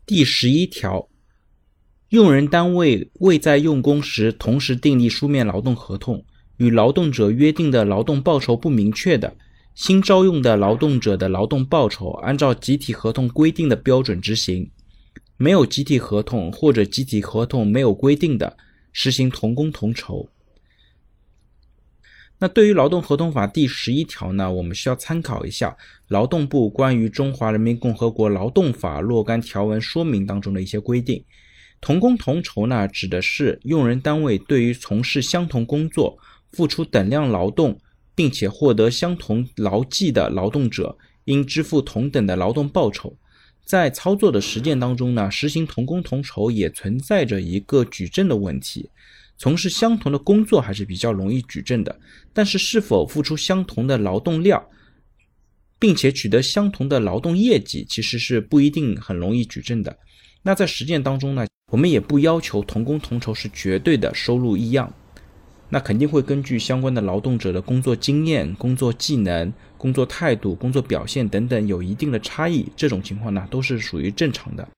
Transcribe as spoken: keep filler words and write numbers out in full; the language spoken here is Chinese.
第十一条，用人单位未在用工时同时订立书面劳动合同，与劳动者约定的劳动报酬不明确的，新招用的劳动者的劳动报酬按照集体合同规定的标准执行，没有集体合同或者集体合同没有规定的，实行同工同酬。那对于劳动合同法第十一条呢，我们需要参考一下劳动部关于中华人民共和国劳动法若干条文说明当中的一些规定。同工同酬呢，指的是用人单位对于从事相同工作付出等量劳动并且获得相同劳绩的劳动者应支付同等的劳动报酬。在操作的实践当中呢，实行同工同酬也存在着一个举证的问题。从事相同的工作还是比较容易举证的，但是是否付出相同的劳动量并且取得相同的劳动业绩，其实是不一定很容易举证的。那在实践当中呢，我们也不要求同工同酬是绝对的收入一样，那肯定会根据相关的劳动者的工作经验、工作技能、工作态度、工作表现等等有一定的差异，这种情况呢都是属于正常的。